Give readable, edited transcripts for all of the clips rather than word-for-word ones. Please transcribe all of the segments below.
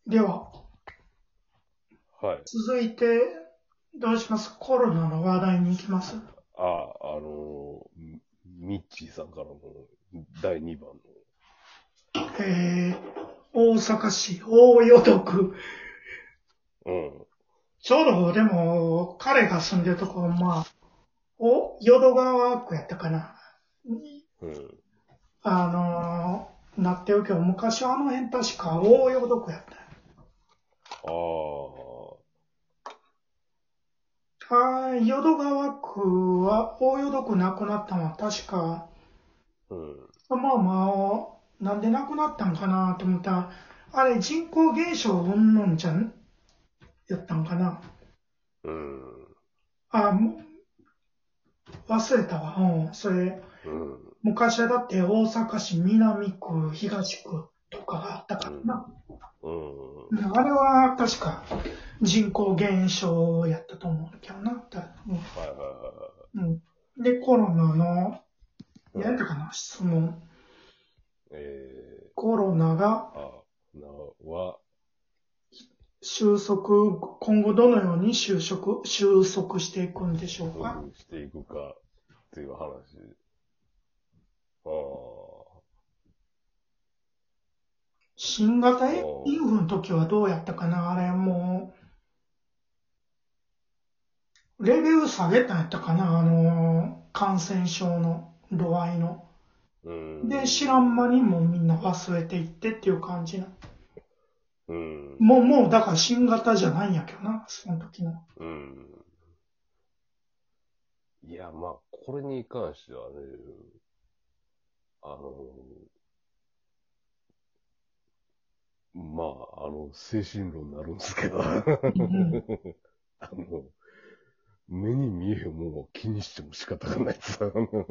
では、 はい。 続いて、どうします？コロナの話題に行きます。 ミッチーさんからの第2番大阪市大淀区。 の。 ちょうど、でも、彼が住んでるところ、淀川区やったかな。 うん。うん。 なってるけど、昔はあの辺確か大淀区やったよ。 ああ。 淀川区は、大淀区なくなったのは確か、 うん。 なんでなくなったんかなと思ったら、あれ人口減少うんぬんじゃんやったんかな。 うん。 あ、忘れたわ。うん。それ、 うん。 昔はだって大阪市南区、東区とかがあったうん。 からな。 うん。 うん、あれは確か人口減少やったと思うけどな。 はいはいはうん。で、コロナの、 いはい。うん。 やったかな、質問。 えコロナがは、 収束、今後どのように収束していくんでしょうか？ どうしていくかっていう話。ああ。 新型あインフあ。 ルの時はどうやったかな、あれもレベル下げたんやったかな、感染症の度合いの。 うーで、知らん間ん。 にもうみんな忘れていってっていう感じな。 うん。 もう、だから新型じゃないんやけどな、その時の。 うん。いや、まあ、これに関してはね、あの、まあ、精神論になるんですけど、 うん。 の、目に見えへんもんを気にしても仕方がないさ。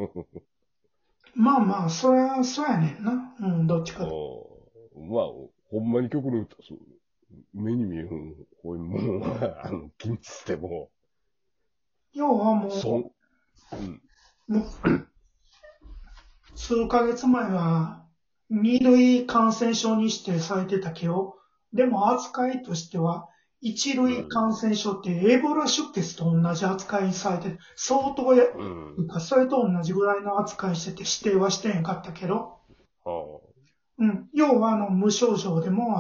それは、そうやねんな。うん、どっちかと。 まあ、ほんまに極論言ったらそう、目に見えへん、こういうもんは、気にしても、 要は損。うん。 もう、数ヶ月前は、二類感染症に指定されてたけど、でも扱いとしては、一うん。 類感染症ってエボラ出血と同じ扱いにされて、相当や、 うん。 それと同じぐらいの扱いしてて指定はしてへんかったけど、 はあ。 うん。要は無症状でも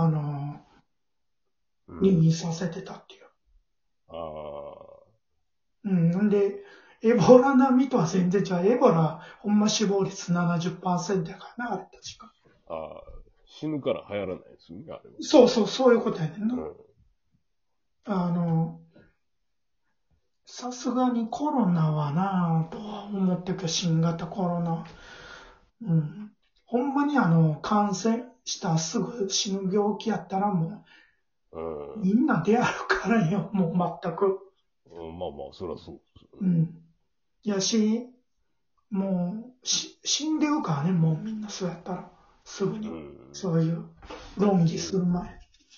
入うん。 院させてたっていう。 ああ。 うん。んで、エボラ並みとは全然違う。エボラ、ほんま死亡率70%やからな、あれ確か。 ああ。死ぬから流行らないですね、あれは。 そうそう、そういうことやねんな。 うん。 あの、さすがにコロナはなぁとは思ってるけど、新型コロナ。うん。ほんまに感染したすぐ死ぬ病気やったらもうう、 ん。 みんな出歩からんよ、もう全く。 うん、まあまあ、そりゃそうですよね。 うん。やし、死んでるからね、もうみんなそうやったら。すぐうに。 ん。 そういう論議うん。 する前。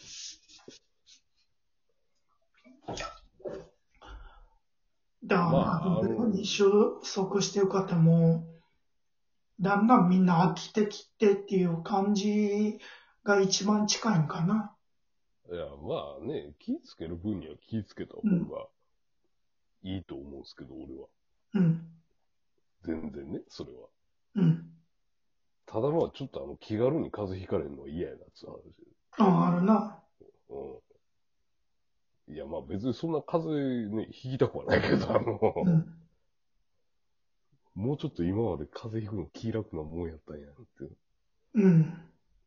だからまあ、どまあ、 ういうふうに収束していくかってもう、だんだんみんな飽きてきてっていう感じが一番近いんかな。 いや、まあね、気ぃつける分には気ぃつけた方うん。 がいいと思うんですけど、俺は。 うん。 全然ね、それは。 うん。 ただまあ、ちょっと気軽に風邪ひかれるのは嫌やなって話。 あるな。 うん。いや、まあ別にそんな風邪ね、ひきたくはないけど、 うん。 もうちょっと今まで風邪ひくの気楽なもんやったんやって。 うん。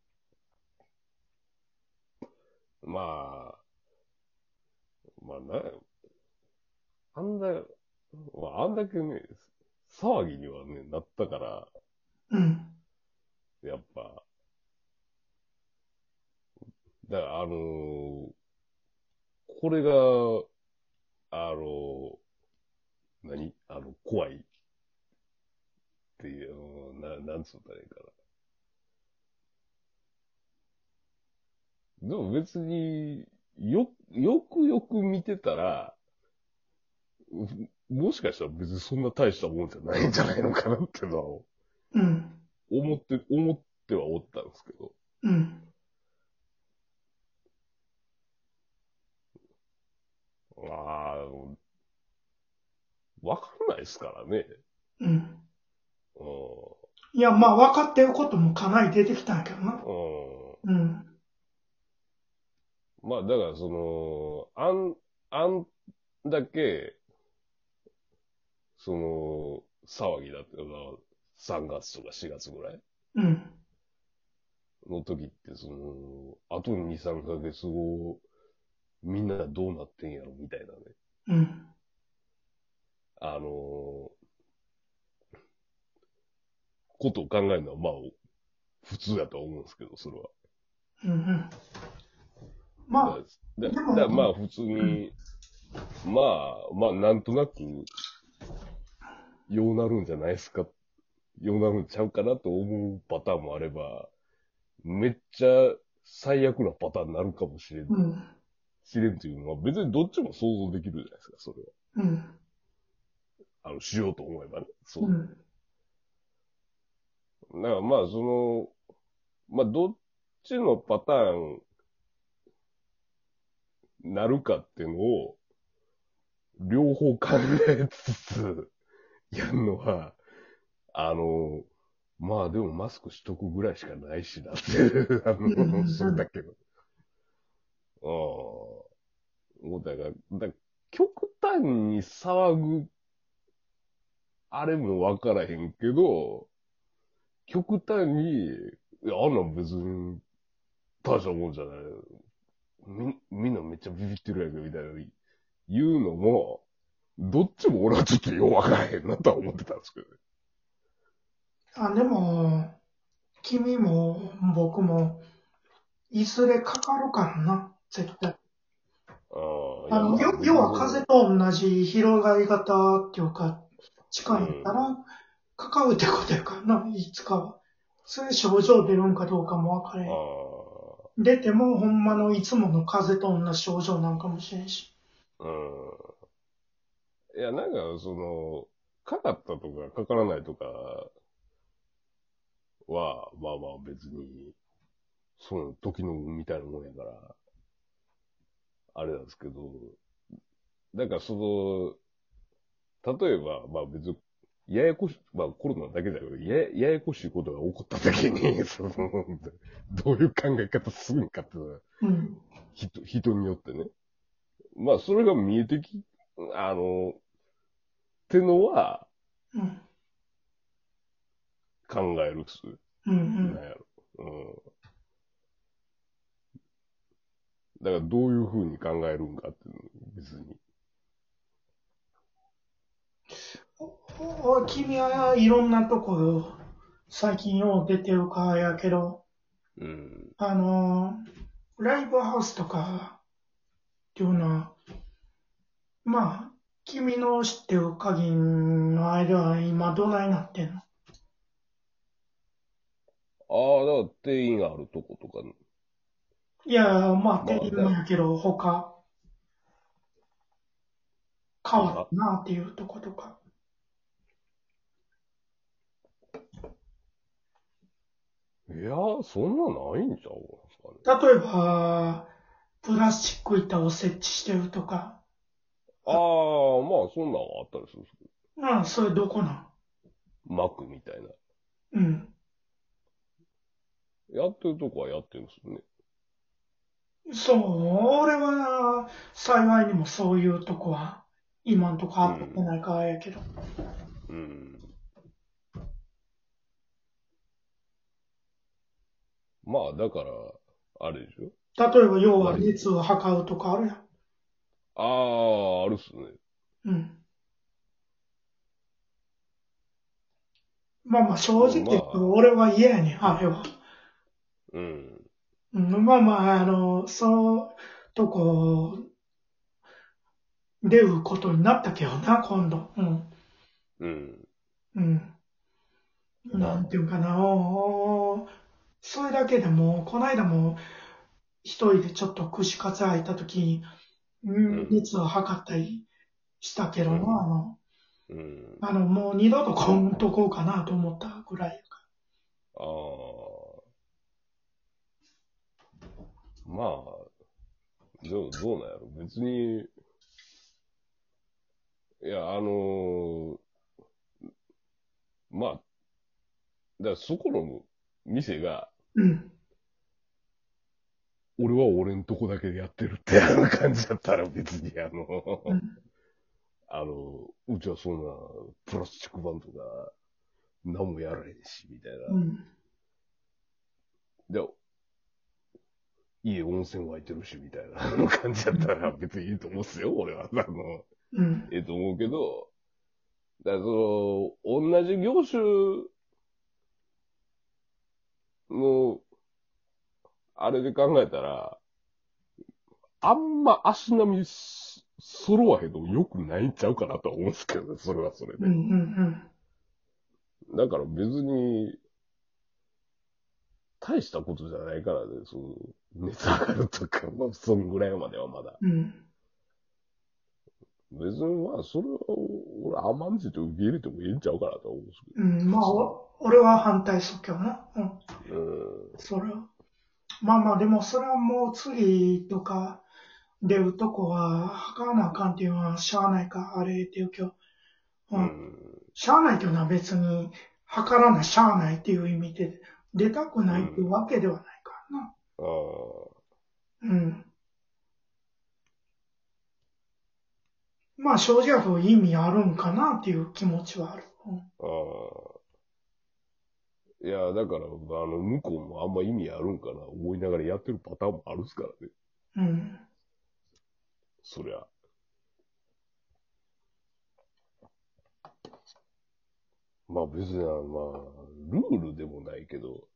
ままあな、あんだ、まあ、あんだけね、騒ぎにはね、なったから、 うん。 やっぱ、だからこれが、あの怖いっていう、なんつったらいいかな。でも別に、よくよく見てたら、もしかしたら別にそんな大したもんじゃないんじゃないのかなっていうのは、 うん。 思ってはおったんですけど。 うん。 わかんないですからね。 うん。 ういや、まあ、分かってることもかなり出てきたんやけどな。 ん。うん。 うん。 まあ、だからあんだけ、騒ぎだったの3月とか4月ぐらいうん。 の時って、あと2、3ヶ月後、みんなどうなってんやろみたいなね。 うん。 あのことを考えるのは、まあ、普通やとは思うんですけど、それは。 うん。うん。 だかまあ、 ら、 でも、 まあ、普通うん。 に、まあ、なんとなく、ようなるんじゃないですか、ようなるんちゃうかなと思うパターンもあれば、めっちゃ最悪なパターンになるかもうん。 しれんっていうのは、別にどっちも想像できるじゃないですか、それは。 うん。 しようと思えばね。そうん。 う。だからまあ、まあ、どっちのパターンなるかっていうのを、両方考えつつ、やるのは、あの、まあでもマスクしとくぐらいしかないしなっていう、 うん。 それだけど。ああ、だから極端に騒ぐ、あれもわからへんけど、極端に、いや、あんなん別に大したもんじゃない。みんなめっちゃビビってるやんけ、みたいな言うのも、どっちも俺はちょっとようわからへんなとは思ってたんですけどね。 あ、でも、君も僕も、いずれかかるからな、絶対。 ああ、いや、まあ別要は風に邪と同じ広がり方っていうか、近いんやったうん。 ら、かかるってことやからな、いつかは。それ症状出るんかどうかもわからへあん。 あ、 出ても、ほんまのいつもの風邪と同じ症状なんかもしれんし。 うん。いや、なんか、かかったとかかからないとかは、まあまあ別に、その時の運みたいなもんやから、あれなんですけど、だから例えば、まあ別に、ややこしい、まあコロナだけだけど、ややこしいことが起こった時に、どういう考え方するんかっていうのは、 うん。 人によってね。まあそれが見えてってのはうん。 考えるっす。 うん。うん。 なんやろ。うん。だからどういうふうに考えるんかっていうの、別に。 君はいろんなとこ、最近よう出てるからやけど、 うん。 あの、ライブハウスとかっていうのは、まあ、君の知ってる限りの間は今どないなってんの？ ああ、だから定員あるとことか、 いや、まあ、 まあ、 定番やけど、変わっ今たなっていうとことか。 いやー、そんなないんちゃうんですかね。 例えば、プラスチック板を設置してるとか、 ああ、まあ、そんなんはあったりするんですけまあ、それどこなん？ ど、幕みたいな。 うん。 やってるとこはやってるんですよね。 そう、俺は、幸いにもそういうとこは、今んとこうあってなん。 いからやけど。 うん。まあ、だから、あれでしょ例えば、要は割熱を測るとかあるやん。 ああ、あるっすね。 うん。まあまあ、正でも直言うと、 まあ、 俺は嫌やねん、あれは。 うん。 うん、まあまあ、そうとこ、出ることになったけどな、今度。うん。 うん。 うん。なんていうかな、それだけでも、この間も一人でちょっと串カツ空いた時、 うん。 熱を測ったりしたけどな、 うん。うん。 もう二度とこんとこうかなと思ったぐらいやかああ、まあ、どうなんやろ。別に、 いや、まあ、だからそこの店が、 うん。 俺は俺んとこだけでやってるって感じだったら別にうん。 うちはそんなプラスチックバンドが何もやらへんし、みたいな。 うん。 で、家温泉湧いてるし、みたいな感じだったら別にいいと思うっすよ、俺は。 うん。 ええと思うけど、だから同じ業種の、あれで考えたら、あんま足並み揃わへんの良くないんちゃうかなとは思うんですけどね、それはそれうん。うで。 ん。 だから別に、大したことじゃないからね、熱上がるとか、まあ、そんぐらいまではまだ。 うん。 別にまあ、それは、俺甘んじて受け入れてもいいんちゃうかなとは思うんですけど。 うん。まあ、 普通に。 俺は反対すっけどな。うん。 うん。 それは。まあまあ、でもそれはもう次とか出るとこは、測らなあかんっていうのはしゃあないか、あれっていうけど、ううん。 ん。 しゃあないっていうのは別に、測らなしゃあないっていう意味で、出たくないっていううん。 わけではないからな。 ああ。 うん。まあ正直は意味あるんかなっていう気持ちはある。 ああ。いや、だから、向こうもあんま意味あるんかな、思いながらやってるパターンもあるっすからね。 うん。 そりゃ。まあ別にまあ、ルールでもないけど、